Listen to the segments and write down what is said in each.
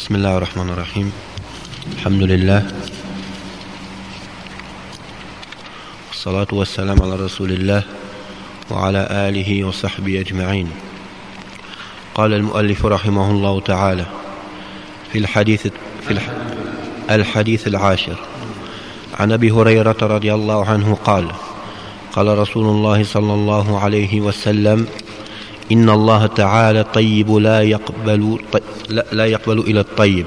بسم الله الرحمن الرحيم. الحمد لله والصلاة والسلام على رسول الله وعلى آله وصحبه أجمعين. قال المؤلف رحمه الله تعالى في الحديث العاشر عن أبي هريرة رضي الله عنه قال قال رسول الله صلى الله عليه وسلم: إن الله تعالى طيب لا يقبل إلا الطيب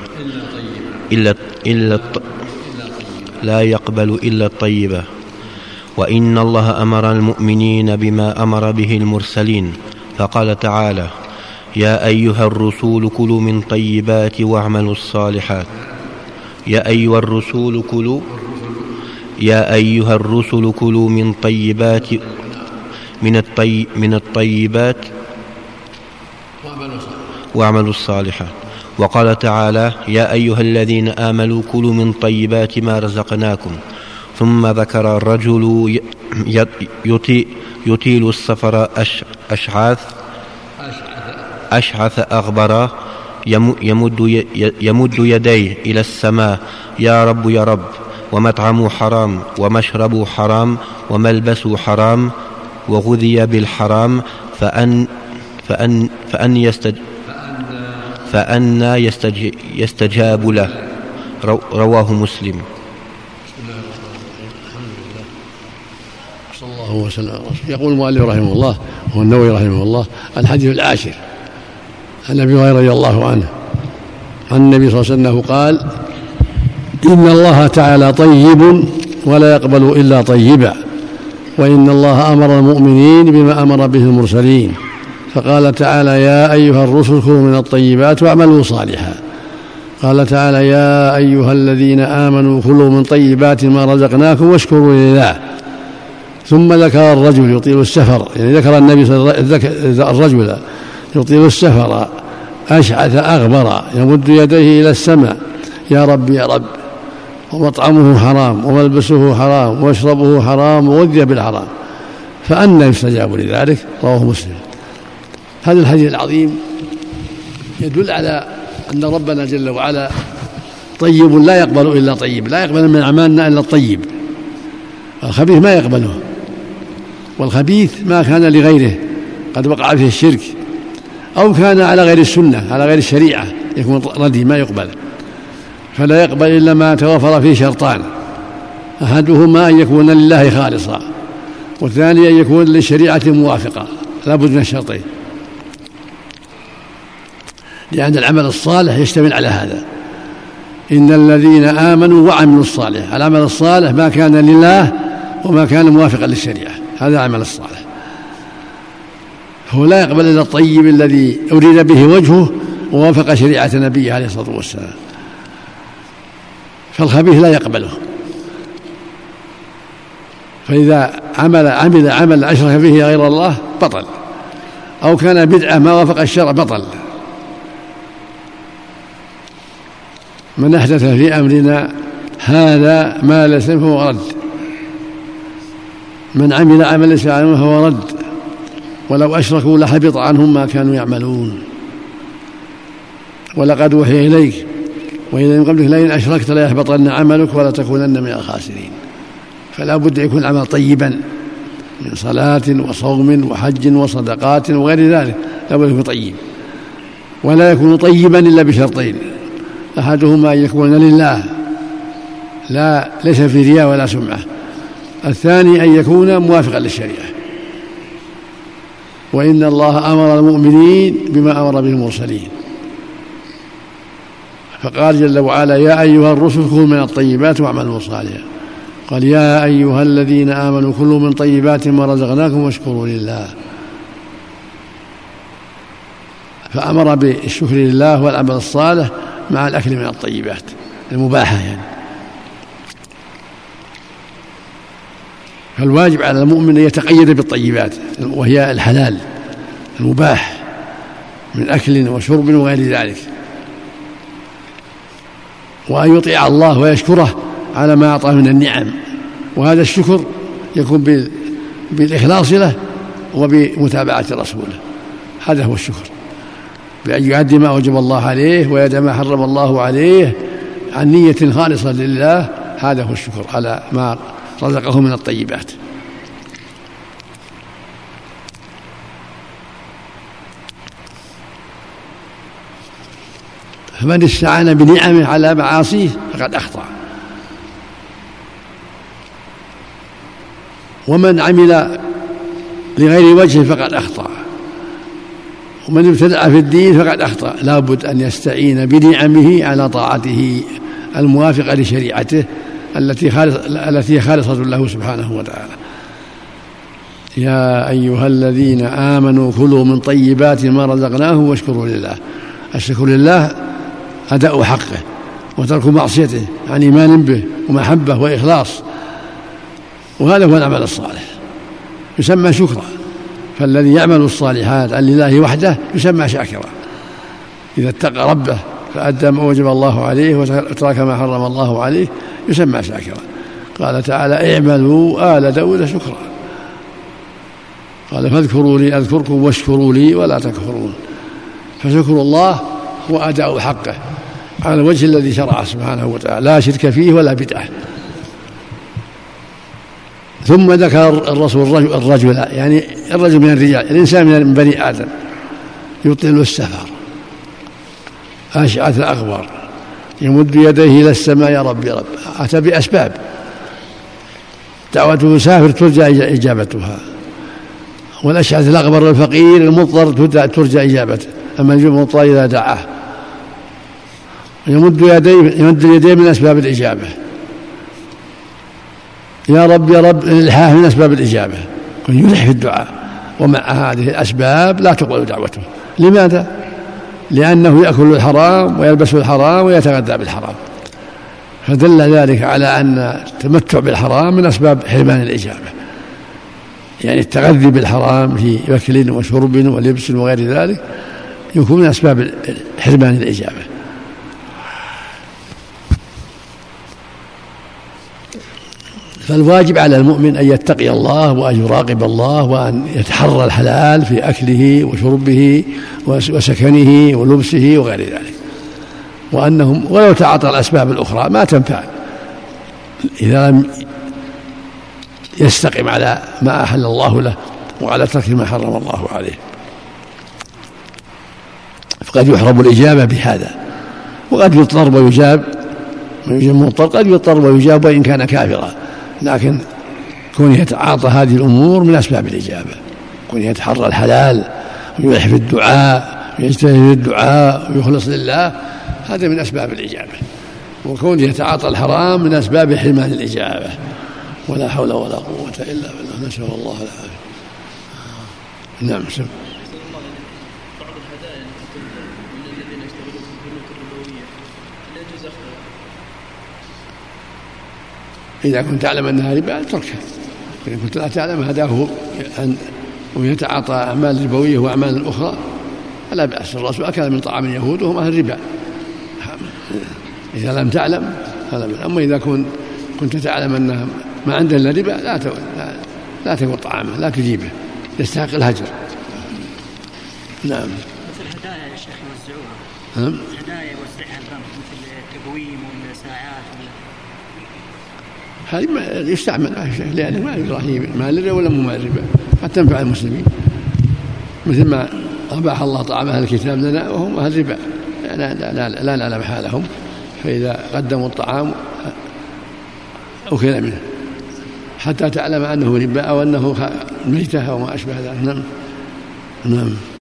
لا يقبل إلا الطيب. وإن الله أمر المؤمنين بما أمر به المرسلين، فقال تعالى: يا أيها الرسول كلوا من طيبات واعملوا الصالحات. يا أيها الرسل كلوا من طيبات من الطيبات واعملوا الصالحات. وقال تعالى: يا أيها الذين آمنوا كلوا من طيبات ما رزقناكم. ثم ذكر الرجل يطيل السفر أشعث أغبر يمد يديه إلى السماء: يا رب يا رب، ومطعمه حرام ومشربه حرام وملبسه حرام وغذي بالحرام فأنى يستجاب له. رواه مسلم. صلى الله وسلم. يقول المؤلف رحمه الله هو النووي رحمه الله: الحديث العاشر عن أبي هريرة رضي الله عنه عن النبي صلى الله عليه وسلم قال: إن الله تعالى طيب ولا يقبل إلا طيبا، وإن الله أمر المؤمنين بما أمر به المرسلين، فقال تعالى: يا أيها الرسل كلوا من الطيبات واعملوا صالحا. قال تعالى: يا أيها الذين آمنوا كلوا من طيبات ما رزقناكم واشكروا لله. ثم ذكر الرجل يطيل السفر، يعني ذكر النبي الرجل يطيل السفر أشعث أغبر يمد يديه إلى السماء: يا رب يا رب، ومطعمه حرام وملبسه حرام ومشربه حرام وغذي بالحرام، فأنى يستجاب لذلك. رواه مسلم. هذا الحديث العظيم يدل على أن ربنا جل وعلا طيب لا يقبل إلا طيب، لا يقبل من أعمالنا إلا الطيب، الخبيث ما يقبله. والخبيث ما كان لغيره قد وقع فيه الشرك أو كان على غير السنة على غير الشريعة يكون ردي ما يقبل. فلا يقبل إلا ما توفر فيه شرطان: أحدهما أن يكون لله خالصا، والثاني أن يكون للشريعة موافقة، لا بد من الشرطين، لأن العمل الصالح يشتمل على هذا: إن الذين آمنوا وعملوا الصالح. العمل الصالح ما كان لله وما كان موافقا للشريعة، هذا العمل الصالح. هو لا يقبل إلا الطيب الذي أريد به وجهه ووافق شريعة نبيه عليه الصلاة والسلام، فالخبيث لا يقبله. فإذا عمل عمل أشرك به غير الله بطل، أو كان بدعة ما وافق الشرع بطل. من أحدث في أمرنا هذا ما ليس فهو رد، من عمل عمل ليس عليه فهو رد، ولو أشركوا لحبط عنهم ما كانوا يعملون. ولقد وحي إليك وإذا من قبلك لئن أشركت ليحبطن عملك ولا تكونن من الخاسرين. فلا بد يكون العمل طيبا من صلاة وصوم وحج وصدقات وغير ذلك، لا بد يكون طيب. ولا يكون طيبا إلا بشرطين: أحدهما أن يكون لله ليس في رياء ولا سمعة، الثاني أن يكون موافقا للشريعة. وإن الله أمر المؤمنين بما أمر به المرسلين، فقال جل وعلا: يا أيها الرسل كلوا من الطيبات واعملوا صالحا. قال: يا أيها الذين آمنوا كلوا من طيبات ما رزقناكم واشكروا لله. فأمر بالشكر لله والعمل الصالح مع الأكل من الطيبات المباحة يعني. فالواجب على المؤمن أن يتقيد بالطيبات، وهي الحلال المباح من أكل وشرب وغير ذلك، وأن يطيع الله ويشكره على ما أعطاه من النعم. وهذا الشكر يكون بالإخلاص له وبمتابعة رسوله، هذا هو الشكر. بأن يؤدي ما أوجب الله عليه ويدع ما حرم الله عليه عن نية خالصة لله، هذا هو الشكر على ما رزقه من الطيبات. فمن استعان بنعمه على معاصيه فقد أخطأ، ومن عمل لغير وجهه فقد أخطأ، ومن ابتدع في الدين فقد أخطأ. لا بد أن يستعين بنعمه على طاعته الموافقة لشريعته التي خالصة له سبحانه وتعالى. يا أيها الذين آمنوا كلوا من طيبات ما رزقناهم واشكروا لله. الشكر لله أداء حقه وترك معصيته عن إيمان به ومحبة وإخلاص، وهذا هو العمل الصالح يسمى شكرا. فالذي يعمل الصالحات عن لله وحده يسمى شاكرا، إذا اتقى ربه فأدى ما وجب الله عليه وترك ما حرم الله عليه يسمى شاكرا. قال تعالى اعملوا آل داود شكرا، قال فاذكروا لي أذكركم واشكروا لي ولا تكفرون. فشكر الله هو أداء حقه على الوجه الذي شرعه سبحانه وتعالى، لا شرك فيه ولا بدعة. ثم ذكر الرسول الرجل، يعني الرجل من الرجال، الإنسان من بني آدم يطيل السفر أشعث الأغبر يمد يديه إلى السماء يا رب يا رب، أتى بأسباب، دعوته مسافر ترجى إجابتها، والأشعث الأغبر الفقير المضطر ترجى إجابته، أما المضطر إذا دعاه يمد يديه من أسباب الإجابة. يا رب يا رب الإلحاح من أسباب الإجابة، يلح في الدعاء، ومع هذه الأسباب لا تقبل دعوته. لماذا؟ لأنه يأكل الحرام ويلبس الحرام ويتغذى بالحرام، فدل ذلك على أن التمتع بالحرام من أسباب حرمان الإجابة، يعني التغذي بالحرام في أكل وشرب ولبس وغير ذلك يكون من أسباب حرمان الإجابة. فالواجب على المؤمن أن يتقي الله وأن يراقب الله وأن يتحرى الحلال في أكله وشربه وسكنه ولبسه وغير ذلك، وأنهم ولو تعاطى الأسباب الأخرى ما تنفع إذا لم يستقم على ما أحل الله له وعلى ترك ما حرم الله عليه، فقد يحرم الإجابة بهذا. وقد يضطر ويجاب مضطر، قد يضطر ويجاب وإن كان كافرا، لكن كونه يتعاطى هذه الأمور من أسباب الإجابة، كونه يتحرى الحلال ويلح في الدعاء ويجتهد في الدعاء ويخلص لله، هذا من أسباب الإجابة. وكونه يتعاطى الحرام من أسباب حرمان الإجابة. ولا حول ولا قوة إلا بالله، نسأل الله العافية. نعم. إذا كنت تعلم أنها ربا تركها، إذا كنت لا تعلم هداه أن ويتعاطى أعمال ربوية وأعمال أخرى فلا بأس. الرسول أكل من طعام اليهود وهم أهل الربا، إذا لم تعلم فلا بأس. أما إذا كنت تعلم أنها ما عنده إلا ربا لا تكون طعامه، لا تجيبه، يستحق الهجر. نعم. مثل الهدايا يا شيخ يوزعوها، الهدايا يوزعها البنك مثل التقويم والساعات هذه يستعمل لأنه ما يدري مال الربا ولا مو مال الربا، قد تنفع المسلمين، مثل ما أباح الله طعام أهل الكتاب لنا وهم أهل الربا لا نعلم حالهم، فإذا قدموا الطعام أكل منه حتى تعلم أنه ربا أو أنه ميتة أو ما أشبه ذلك. نعم.